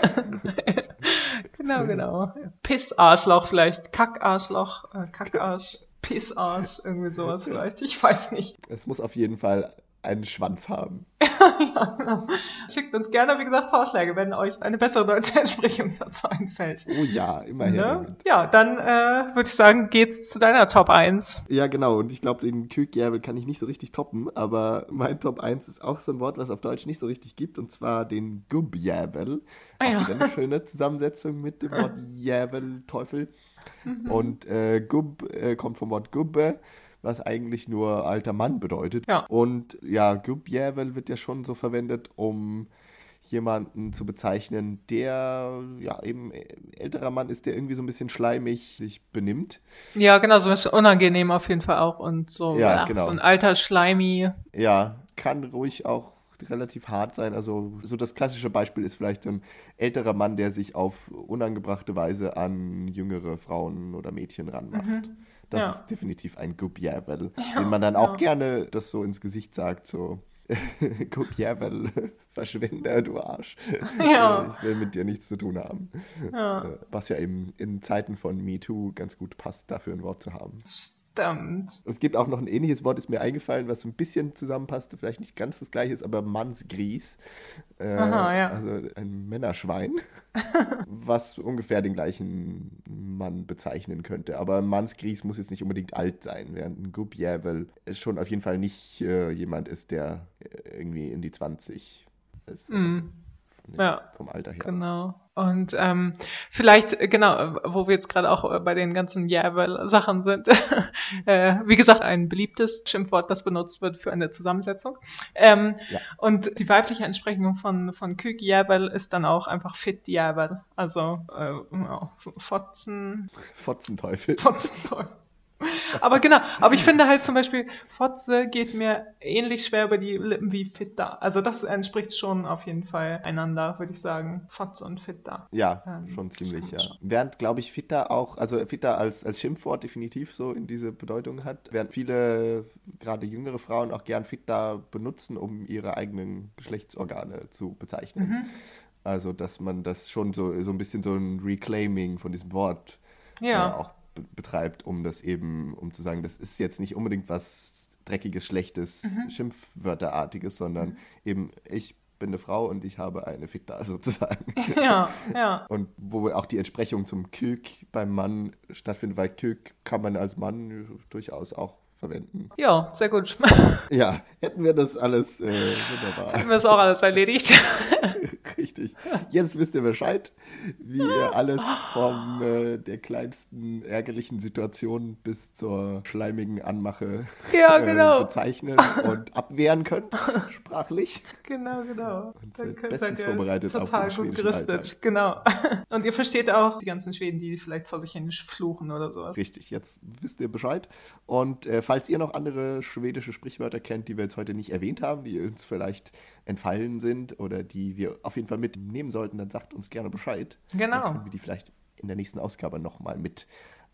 Genau, genau. Pissarschloch vielleicht, Kackarschloch, äh, Kackarsch, Pissarsch, irgendwie sowas vielleicht. Ich weiß nicht. Es muss auf jeden Fall einen Schwanz haben. Ja, genau. Schickt uns gerne, wie gesagt, Vorschläge, wenn euch eine bessere deutsche Entsprechung dazu einfällt. Oh ja, immerhin. Ne? Ja, dann äh, würde ich sagen, geht's zu deiner Top eins. Ja, genau. Und ich glaube, den Kukjävel kann ich nicht so richtig toppen, aber mein Top eins ist auch so ein Wort, was es auf Deutsch nicht so richtig gibt, und zwar den Gubbjävel. Ah, ja. Auch wieder eine schöne Zusammensetzung mit dem Wort Jävel, Teufel. Mhm. Und äh, Gubb äh, kommt vom Wort Gubbe, was eigentlich nur alter Mann bedeutet. Ja. Und ja, Gubbjävel wird ja schon so verwendet, um jemanden zu bezeichnen, der ja eben älterer Mann ist, der irgendwie so ein bisschen schleimig sich benimmt. Ja, genau, so ein bisschen unangenehm auf jeden Fall auch und so, ja, ach, genau. so ein alter Schleimi. Ja, kann ruhig auch relativ hart sein. Also so das klassische Beispiel ist vielleicht so ein älterer Mann, der sich auf unangebrachte Weise an jüngere Frauen oder Mädchen ranmacht. Mhm. Das ja. ist definitiv ein Gubbjävel, ja, den man dann auch ja. gerne das so ins Gesicht sagt, so Gubbjävel, verschwinde, du Arsch. Ja. Ich will mit dir nichts zu tun haben. Ja. Was ja eben in Zeiten von MeToo ganz gut passt, dafür ein Wort zu haben. Stimmt. Es gibt auch noch ein ähnliches Wort, ist mir eingefallen, was so ein bisschen zusammenpasst, vielleicht nicht ganz das gleiche ist, aber Mannsgries. Äh, Aha, ja. Also ein Männerschwein, was ungefähr den gleichen Mann bezeichnen könnte. Aber Mannsgries muss jetzt nicht unbedingt alt sein, während ein Gubbjävel schon auf jeden Fall nicht äh, jemand ist, der irgendwie in die zwanzig ist. Mm. Den, ja, vom Alter her. Genau. Und ähm, vielleicht, genau, wo wir jetzt gerade auch bei den ganzen Jävel-Sachen sind, äh, wie gesagt, ein beliebtes Schimpfwort, das benutzt wird für eine Zusammensetzung. Ähm, ja. Und die weibliche Entsprechung von, von Kukjävel ist dann auch einfach Fittjävel. Also äh, ja, Fotzen... Fotzenteufel. Fotzenteufel. Aber genau, aber ich finde halt zum Beispiel, Fotze geht mir ähnlich schwer über die Lippen wie Fitta. Also das entspricht schon auf jeden Fall einander, würde ich sagen. Fotze und Fitta. Ja, ähm, schon ziemlich, ja. Schon. Während, glaube ich, Fitta auch, also Fitta als, als Schimpfwort definitiv so in diese Bedeutung hat, während viele, gerade jüngere Frauen auch gern Fitta benutzen, um ihre eigenen Geschlechtsorgane zu bezeichnen. Mhm. Also, dass man das schon so, so ein bisschen so ein Reclaiming von diesem Wort ja. äh, auch betreibt, um das eben, um zu sagen, das ist jetzt nicht unbedingt was Dreckiges, Schlechtes, mhm. Schimpfwörterartiges, sondern mhm. eben, ich bin eine Frau und ich habe eine Fitta sozusagen. Ja, ja. Und wo auch die Entsprechung zum Kök beim Mann stattfindet, weil Kök kann man als Mann durchaus auch verwenden. Ja, sehr gut. Ja, hätten wir das alles äh, wunderbar. Hätten wir das auch alles erledigt. Richtig. Jetzt wisst ihr Bescheid, wie ihr alles von äh, der kleinsten ärgerlichen Situation bis zur schleimigen Anmache ja, genau. äh, bezeichnen und abwehren könnt, sprachlich. Genau, genau. Und seid bestens vorbereitet auf den schwedischen gerüstet. Alltag. Genau. Und ihr versteht auch die ganzen Schweden, die vielleicht vor sich hin fluchen oder sowas. Richtig, jetzt wisst ihr Bescheid. Und äh, falls ihr noch andere schwedische Sprichwörter kennt, die wir jetzt heute nicht erwähnt haben, die uns vielleicht entfallen sind oder die wir auf jeden Fall mitnehmen sollten, dann sagt uns gerne Bescheid. Genau. Dann können wir die vielleicht in der nächsten Ausgabe nochmal mit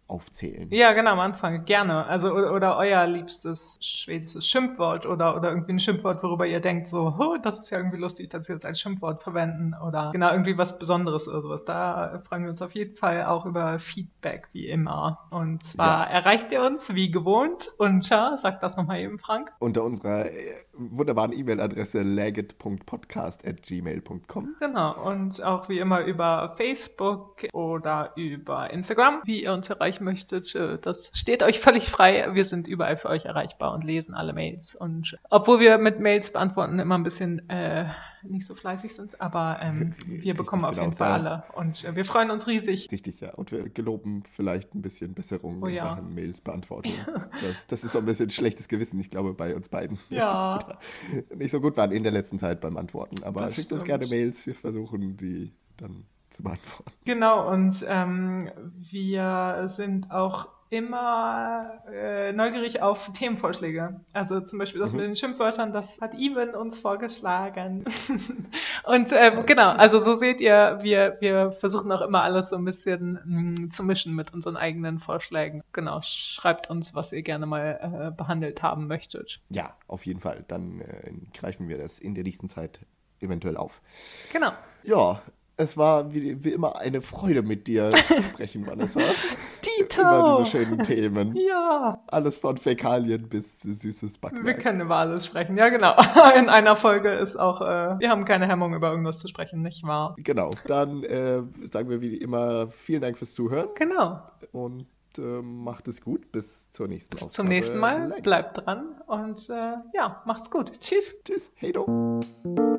aufzählen. Ja, genau, am Anfang, gerne. Also oder, oder euer liebstes schwedisches Schimpfwort oder, oder irgendwie ein Schimpfwort, worüber ihr denkt, so, oh, das ist ja irgendwie lustig, dass wir das als Schimpfwort verwenden oder genau irgendwie was Besonderes oder sowas. Da freuen wir uns auf jeden Fall auch über Feedback, wie immer. Und zwar ja. erreicht ihr uns, wie gewohnt, unter, sag das nochmal eben, Frank. Unter unserer wunderbaren E-Mail-Adresse laget punkt podcast at gmail punkt com. Genau, und auch wie immer über Facebook oder über Instagram, wie ihr uns erreicht möchtet, das steht euch völlig frei. Wir sind überall für euch erreichbar und lesen alle Mails. Und obwohl wir mit Mails beantworten immer ein bisschen äh, nicht so fleißig sind, aber ähm, wir Richtig, bekommen auf genau, jeden Fall alle. Und äh, wir freuen uns riesig. Richtig, ja. Und wir geloben vielleicht ein bisschen Besserung oh, in ja. Sachen Mails-Beantwortung. Das, das ist so ein bisschen schlechtes Gewissen, ich glaube, bei uns beiden. Ja. Dass wir nicht so gut waren in der letzten Zeit beim Antworten. Aber das schickt stimmt. uns gerne Mails, wir versuchen die dann zu beantworten. Genau, und ähm, wir sind auch immer äh, neugierig auf Themenvorschläge. Also zum Beispiel das mhm. mit den Schimpfwörtern, das hat Ivan uns vorgeschlagen. Und äh, genau, also so seht ihr, wir, wir versuchen auch immer alles so ein bisschen mh, zu mischen mit unseren eigenen Vorschlägen. Genau, schreibt uns, was ihr gerne mal äh, behandelt haben möchtet. Ja, auf jeden Fall. Dann äh, greifen wir das in der nächsten Zeit eventuell auf. Genau. Ja, es war wie, wie immer eine Freude, mit dir zu sprechen, Vanessa. Dito! Über diese schönen Themen. Ja. Alles von Fäkalien bis süßes Backwerk. Wir können über alles sprechen, ja genau. In einer Folge ist auch, äh, wir haben keine Hemmung, über irgendwas zu sprechen, nicht wahr? Genau, dann äh, sagen wir wie immer vielen Dank fürs Zuhören. Genau. Und äh, macht es gut. Bis zur nächsten Bis Ausgabe. zum nächsten Mal. Like. Bleibt dran und äh, ja, macht's gut. Tschüss. Tschüss. Hey do.